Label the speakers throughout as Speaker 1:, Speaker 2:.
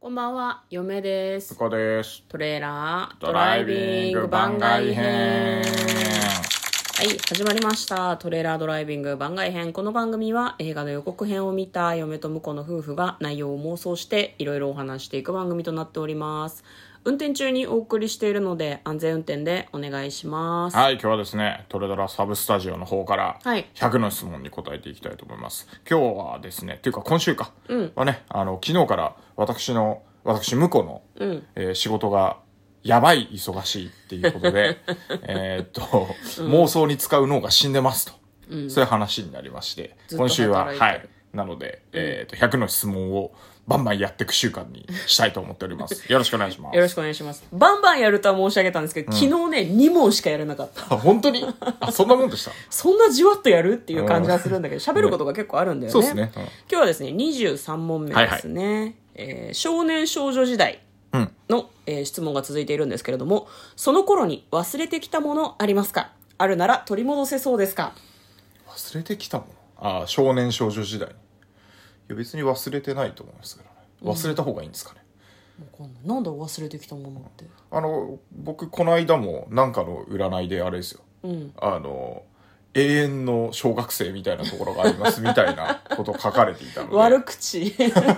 Speaker 1: こんばんは、嫁です。
Speaker 2: ここです。
Speaker 1: トレーラー
Speaker 2: ドライビング番外編。
Speaker 1: はい、始まりました。トレーラードライビング番外編。この番組は映画の予告編を見た嫁と婿の夫婦が内容を妄想していろいろお話していく番組となっております。運転中にお送りしているので安全運転でお願いします。
Speaker 2: はい、今日はですね、トレドラサブスタジオの方から
Speaker 1: はい
Speaker 2: 100の質問に答えていきたいと思います。今日はですね、っていうか今週か、はね、昨日から私婿の、仕事がやばい忙しいっていうことで、妄想に使う脳が死んでますと、そういう話になりまして、
Speaker 1: ずっと
Speaker 2: 今週は、
Speaker 1: 働いてる
Speaker 2: はい、なので、100の質問をバンバンやっていく週間にしたいと思っております。よろしくお願いします。
Speaker 1: よろしくお願いします。バンバンやるとは申し上げたんですけど、昨日ね、2問しかやれなかった。
Speaker 2: あ、本当にそんなもんでした。
Speaker 1: そんなじわっとやるっていう感じはするんだけど、喋ることが結構あるんだよね。
Speaker 2: そうですね。
Speaker 1: 今日はですね、23問目ですね。少年少女時代の、質問が続いているんですけれども、その頃に忘れてきたものありますか？あるなら取り戻せそうですか？
Speaker 2: 忘れてきたもの。少年少女時代。いや、別に忘れてないと思いますけどね。忘れた方がいいんですかね。
Speaker 1: わかんない。なんだ忘れてきたものって。
Speaker 2: 僕この間もなんかの占いであれですよ。永遠の小学生みたいなところがありますみたいなこと書かれていたので。
Speaker 1: 悪口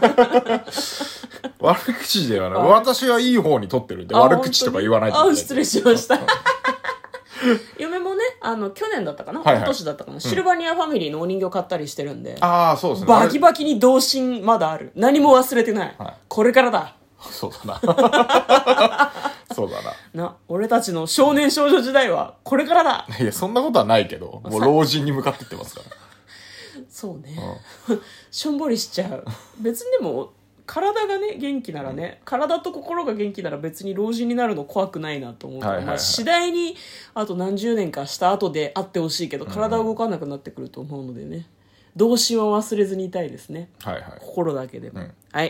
Speaker 2: 悪口ではない。私はいい方に取ってるんで、悪口とか言わないでください。
Speaker 1: 失礼しました。嫁もね、去年だったかな、今年だったかな、シルバニアファミリーのお人形買ったりしてるんで。
Speaker 2: そうですね。
Speaker 1: バキバキに童心まだある。何も忘れてない。これからだ。
Speaker 2: そうだな。そうだな。
Speaker 1: 俺たちの少年少女時代はこれからだ。
Speaker 2: いや、そんなことはないけど、もう老人に向かってってますから。
Speaker 1: そうね。しょんぼりしちゃう。別にでも、体がね、元気ならね、体と心が元気なら別に老人になるの怖くないなと思うから、次第に、あと何十年かした後であってほしいけど、体動かなくなってくると思うのでね、童心は忘れずにいたいですね。心だけでも。はい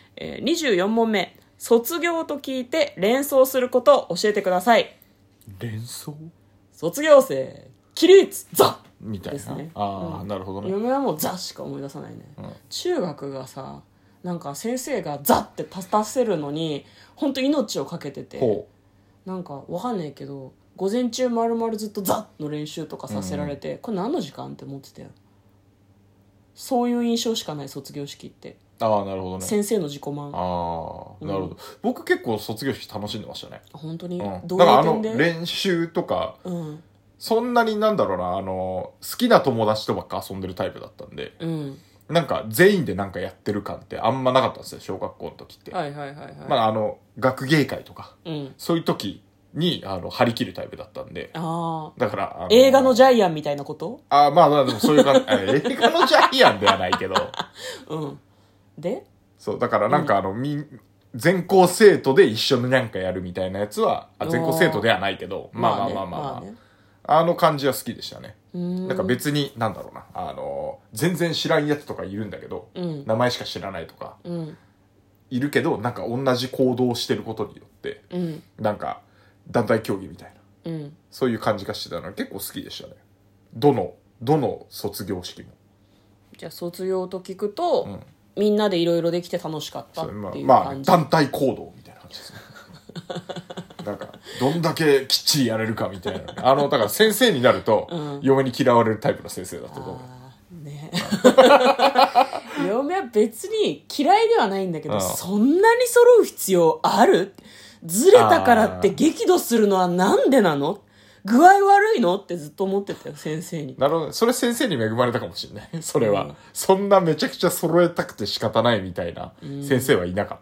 Speaker 1: 。24問目。卒業と聞いて連想することを教えてください。
Speaker 2: 連想？
Speaker 1: 卒業生、起立、ザ
Speaker 2: みたいな。
Speaker 1: ですね。
Speaker 2: なるほどね。
Speaker 1: 嫁はもうザしか思い出さないね。中学がさ、なんか先生がザって立たせるのに、本当命をかけてて、なんかわかんないけど、午前中丸々ずっとザの練習とかさせられて、これ何の時間って思ってたよ。そういう印象しかない、卒業式って。
Speaker 2: なるほどね。
Speaker 1: 先生の自己満。
Speaker 2: なるほど。僕結構卒業式楽しんでましたね。
Speaker 1: 本当に、
Speaker 2: どういう点で？練習とか、そんなになんだろうな、好きな友達とばっか遊んでるタイプだったんで、なんか全員でなんかやってる感ってあんまなかったんですよ、小学校の時って。学芸会とか、そういう時に張り切るタイプだったんで。だから
Speaker 1: 映画のジャイアンみたいなこと？
Speaker 2: でもそういう感じ。映画のジャイアンではないけど。
Speaker 1: で？
Speaker 2: そう、だからなんか全校生徒で一緒になんかやるみたいなやつは、全校生徒ではないけど、感じは好きでしたね。なんか別に、なんだろうな、全然知らんやつとかいるんだけど、名前しか知らないとか、いるけど、なんか同じ行動をしてることによって、なんか団体競技みたいな、そういう感じがしてたのが結構好きでしたね。どの卒業式も。
Speaker 1: じゃあ卒業と聞くと、みんなでいろいろできて楽しかったっていう感じ。
Speaker 2: 団体行動みたいな感じですね。なんか、どんだけきっちりやれるかみたいな。だから先生になると、嫁に嫌われるタイプの先生だったと思う。
Speaker 1: ね。嫁は別に嫌いではないんだけど、そんなに揃う必要ある？ずれたからって激怒するのはなんでなの？具合悪いのってずっと思ってたよ、先生に。
Speaker 2: なるほど。それ先生に恵まれたかもしれない。それは。そんなめちゃくちゃ揃えたくて仕方ないみたいな先生はいなかった。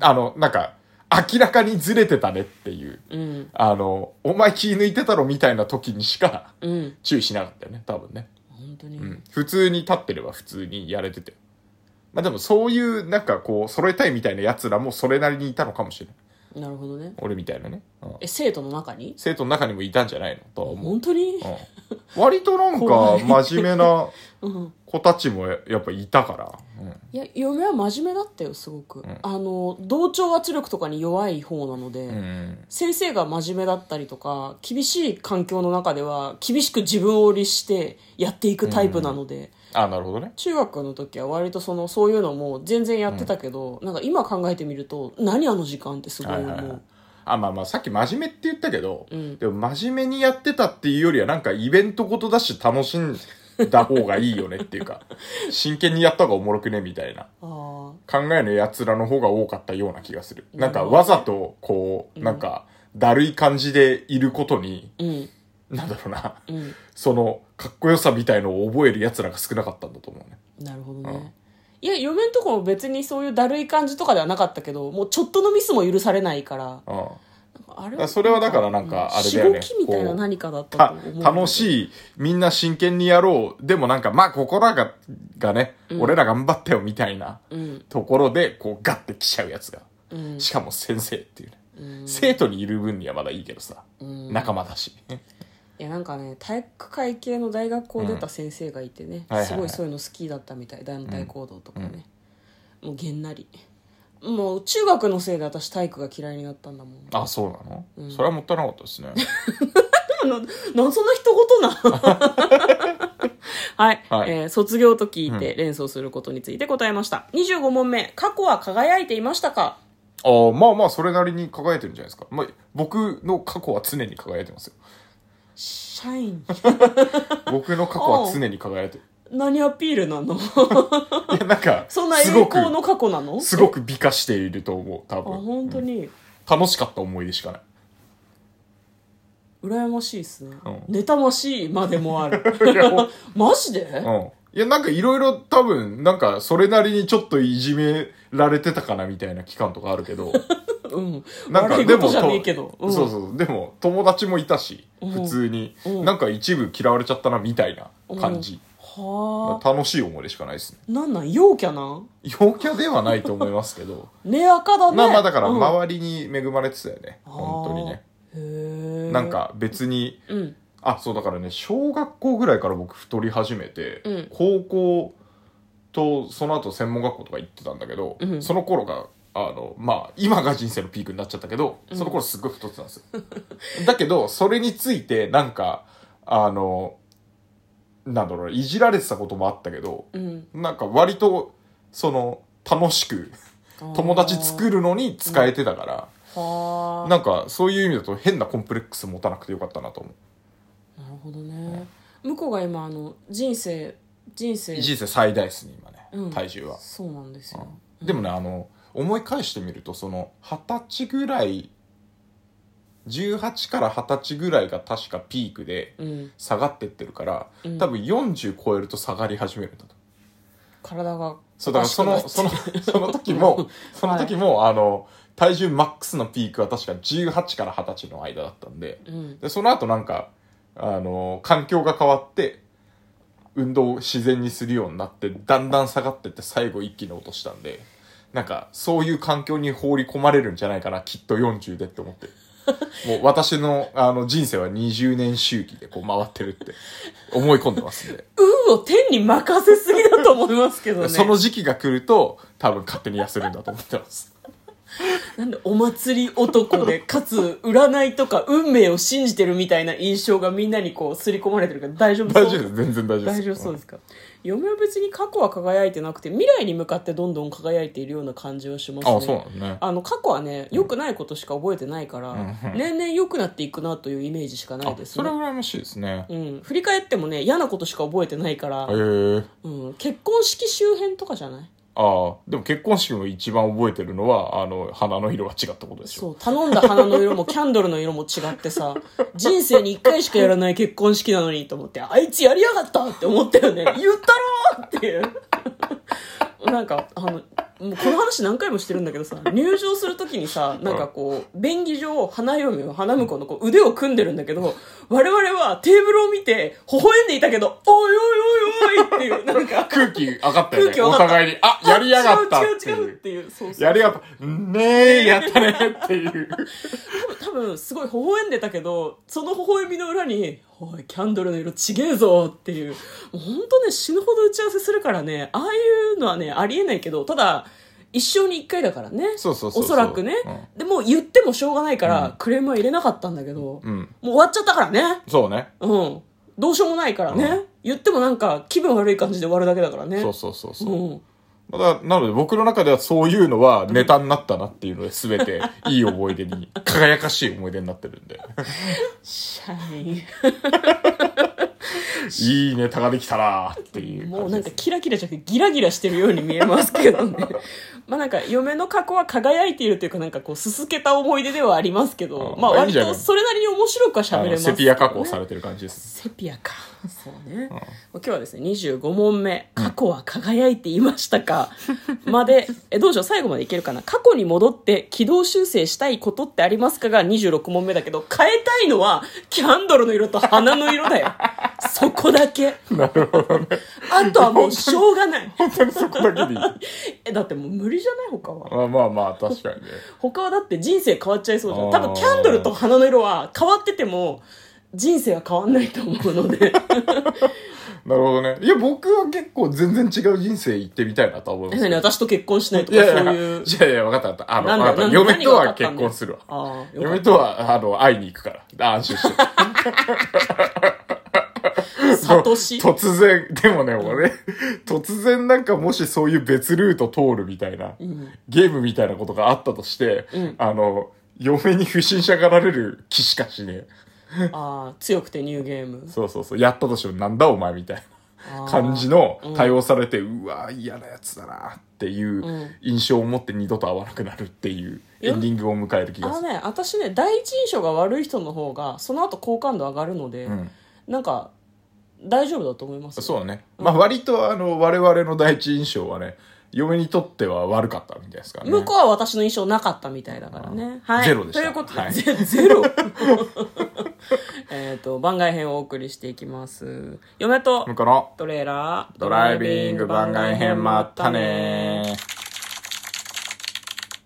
Speaker 2: なんか、明らかにずれてたねっていう、お前気抜いてたろみたいな時にしか注意しなかったよね、多分ね。
Speaker 1: 本当に。
Speaker 2: 普通に立ってれば普通にやれてて。でもそういうなんかこう、揃えたいみたいな奴らもそれなりにいたのかもしれない。
Speaker 1: なるほどね。
Speaker 2: 俺みたいなね。
Speaker 1: 生徒の中に？
Speaker 2: 生徒の中にもいたんじゃないのとは思う。
Speaker 1: 本当に？
Speaker 2: 割となんか真面目な子たちもやっぱいたから。
Speaker 1: いや、嫁は真面目だったよ、すごく。同調圧力とかに弱い方なので、先生が真面目だったりとか、厳しい環境の中では厳しく自分を律してやっていくタイプなので、
Speaker 2: あ、なるほどね。
Speaker 1: 中学の時は割とそういうのも全然やってたけど、なんか今考えてみると何あの時間ってすごい思う、
Speaker 2: はいはいはい、あ、まあまあさっき真面目って言ったけど、
Speaker 1: うん、
Speaker 2: でも真面目にやってたっていうよりはなんかイベントごとだし楽しんだ方がいいよねっていうか真剣にやった方がおもろくねみたいな考えのやつらの方が多かったような気がする。なんかわざとこう、なんかだるい感じでいることに、うん、なんだろうな、うん、そのかっこよさみたいのを覚えるやつらが少なかったんだと思うね。
Speaker 1: なるほどね、うん、いや嫁んとこも別にそういうだるい感じとかではなかったけど、もうちょっとのミスも許されないから、
Speaker 2: あれそれはだからなんかあれだよね、
Speaker 1: しごきみたいな何かだったと思う。
Speaker 2: 楽しい、みんな真剣にやろう、でもなんかまあここらがね、うん、俺ら頑張ったよみたいなところでこうガッて来ちゃうやつが、うん、しかも先生っていうね、うん、生徒にいる分にはまだいいけどさ、うん、仲間だし
Speaker 1: いやなんかね、体育会系の大学校出た先生がいてね、すごいそういうの好きだったみたい、団体行動とかね、もうげんなり、もう中学のせいで私体育が嫌いになったんだもん。
Speaker 2: あ、そうなの、うん、それはもったいなかったですね
Speaker 1: なんそんな一言なはい、はい、卒業と聞いて連想することについて答えました。25問目、過去は輝いていましたか？
Speaker 2: あ、まあまあそれなりに輝いてるんじゃないですか。まあ、僕の過去は常に輝いてますよ。
Speaker 1: シャイン
Speaker 2: 僕の過去は常に輝いてる。
Speaker 1: 何アピールなの
Speaker 2: いやなんか
Speaker 1: そんな栄光の過去なの？
Speaker 2: すごく美化していると思う、多分。
Speaker 1: あ、本当に、
Speaker 2: うん、楽しかった思い出しかない。
Speaker 1: 羨ましいっすね、うん、妬ましいまでもあるマジで？
Speaker 2: うん。いやなんかいろいろ多分なんかそれなりにちょっといじめられてたかなみたいな期間とかあるけど
Speaker 1: うん、
Speaker 2: なんか
Speaker 1: でもじゃねえけど、
Speaker 2: うん、そうそうでも友達もいたし、普通に、うん、なんか一部嫌われちゃったなみたいな感じ、はあ、楽しい思い出しかないですね。
Speaker 1: なん陽キャな？
Speaker 2: 陽キャではないと思いますけど
Speaker 1: ねあかだね。
Speaker 2: まあまあだから周りに恵まれてたよね、本当にね。へえ。なんか別に、うん、あ、そうだからね、小学校ぐらいから僕太り始めて、うん、高校とその後専門学校とか行ってたんだけど、うん、その頃がまあ今が人生のピークになっちゃったけど、その頃すっごい太ってたんですよ、うん、だけどそれについてなんかなんだろう、いじられてたこともあったけど、うん、なんか割と楽しく友達作るのに使えてたから、うん、なんかそういう意味だと変なコンプレックス持たなくてよかったなと思う。
Speaker 1: なるほどね。向こうが今人生
Speaker 2: 最大ですね今ね、うん、体重は。
Speaker 1: そうなんですよ、
Speaker 2: うん、でもね思い返してみると20歳ぐらい、18から20歳ぐらいが確かピークで下がってってるから、うん、多分40超えると下がり始めるんだと。
Speaker 1: 体が
Speaker 2: そうだからその時もはい、体重マックスのピークは確か18から20歳の間だったんで、うん、でその後なんか環境が変わって運動を自然にするようになってだんだん下がってって最後一気に落としたんで、なんかそういう環境に放り込まれるんじゃないかなきっと40でって思ってるもう私の人生は20年周期でこう回ってるって思い込んでますんで
Speaker 1: 運を天に任せすぎだと思いますけどね
Speaker 2: その時期が来ると多分勝手に痩せるんだと思ってます
Speaker 1: なんでお祭り男でかつ占いとか運命を信じてるみたいな印象がみんなにこう刷り込まれてるから大丈夫そう？
Speaker 2: 大丈夫です、全然大丈夫です。
Speaker 1: 大丈夫そうですか、嫁は別に過去は輝いてなくて未来に向かってどんどん輝いているような感じはしますね。
Speaker 2: あ、そうなんね。
Speaker 1: 過去はね良くないことしか覚えてないから、うん、年々良くなっていくなというイメージしかないですね。
Speaker 2: それは羨ましいですね、
Speaker 1: うん、振り返ってもね嫌なことしか覚えてないから、うん、結婚式周辺とかじゃない？
Speaker 2: ああ、でも結婚式も一番覚えてるのは花の色が違ったことでしょ。
Speaker 1: そう、頼んだ花の色もキャンドルの色も違ってさ人生に一回しかやらない結婚式なのにと思って、あいつやりやがったって思ったよね言ったろっていうなんかもうこの話何回もしてるんだけどさ、入場するときにさ、なんかこう便宜上花嫁は花婿のこう腕を組んでるんだけど、我々はテーブルを見て微笑んでいたけど、おいおいおいおいっていうなんか
Speaker 2: 空気上がったよね、お互いに。あ、やりやがったっていう。
Speaker 1: 違うっていう。そう
Speaker 2: やりやがった。ねえ、やったねっていう。
Speaker 1: 多分すごい微笑んでたけど、その微笑みの裏に、おい、キャンドルの色ちげえぞっていう。もう本当ね、死ぬほど打ち合わせするからね、ああいうのはね、ありえないけど、ただ、一生に一回だからね。
Speaker 2: そうお
Speaker 1: そらくね、うん。でも言ってもしょうがないから、クレームは入れなかったんだけど、もう終わっちゃったからね。
Speaker 2: そうね。
Speaker 1: うん。どうしようもないからね。 言ってもなんか気分悪い感じで終わるだけだからね。
Speaker 2: そうそうそうそう。なので僕の中ではそういうのはネタになったなっていうので全ていい思い出に、輝かしい思い出になってるんで。
Speaker 1: シャイン。
Speaker 2: いいネタができたなっていう。
Speaker 1: もうなんかキラキラじゃなくてギラギラしてるように見えますけどね。まあなんか嫁の過去は輝いているというかなんかこうすすけた思い出ではありますけど、まあ割とそれなりに面白くは喋れますけどね。
Speaker 2: セピア加工されてる感じです。
Speaker 1: セピアか。そうね。今日はですね、25問目、過去は輝いていましたかまで、どうしよう、最後までいけるかな。過去に戻って軌道修正したいことってありますかが26問目だけど、変えたいのはキャンドルの色と花の色だよ。そこだけ。
Speaker 2: なるほどね。
Speaker 1: あとはもうしょうがない。
Speaker 2: 本当にそこだけでいい。
Speaker 1: だってもう無理じゃない他は。
Speaker 2: まあまあ確かにね。
Speaker 1: 他はだって人生変わっちゃいそうじゃん。多分キャンドルと花の色は変わってても人生は変わんないと思うので。
Speaker 2: なるほどね。いや、僕は結構全然違う人生行ってみたいなと思います。
Speaker 1: 私と結婚しないとかそういう。
Speaker 2: いやいや、分かった分かった。嫁とは結婚するわ。嫁とは、会いに行くから。安心して。
Speaker 1: サトシ
Speaker 2: 突然、でもね、俺、突然なんかもしそういう別ルート通るみたいな、ゲームみたいなことがあったとして、嫁に不審者がられる気しかしねえ。
Speaker 1: 強くてニューゲーム。
Speaker 2: そうそうそう。やったとしてもなんだお前みたいな感じの対応されて、うわ嫌なやつだなっていう印象を持って二度と会わなくなるっていうエンディングを迎える気がする。
Speaker 1: 私ね、第一印象が悪い人の方が、その後好感度上がるので、なんか、大丈夫だと思います。
Speaker 2: そうね。まあ割と我々の第一印象はね、嫁にとっては悪かったみたいですからね。
Speaker 1: 向こうは私の印象なかったみたいだからね。はい。
Speaker 2: ゼロでした。
Speaker 1: ということで、ゼロ番外編をお送りしていきます。嫁と
Speaker 2: 向こうの
Speaker 1: トレーラー
Speaker 2: ドライビング番外編もあったねー。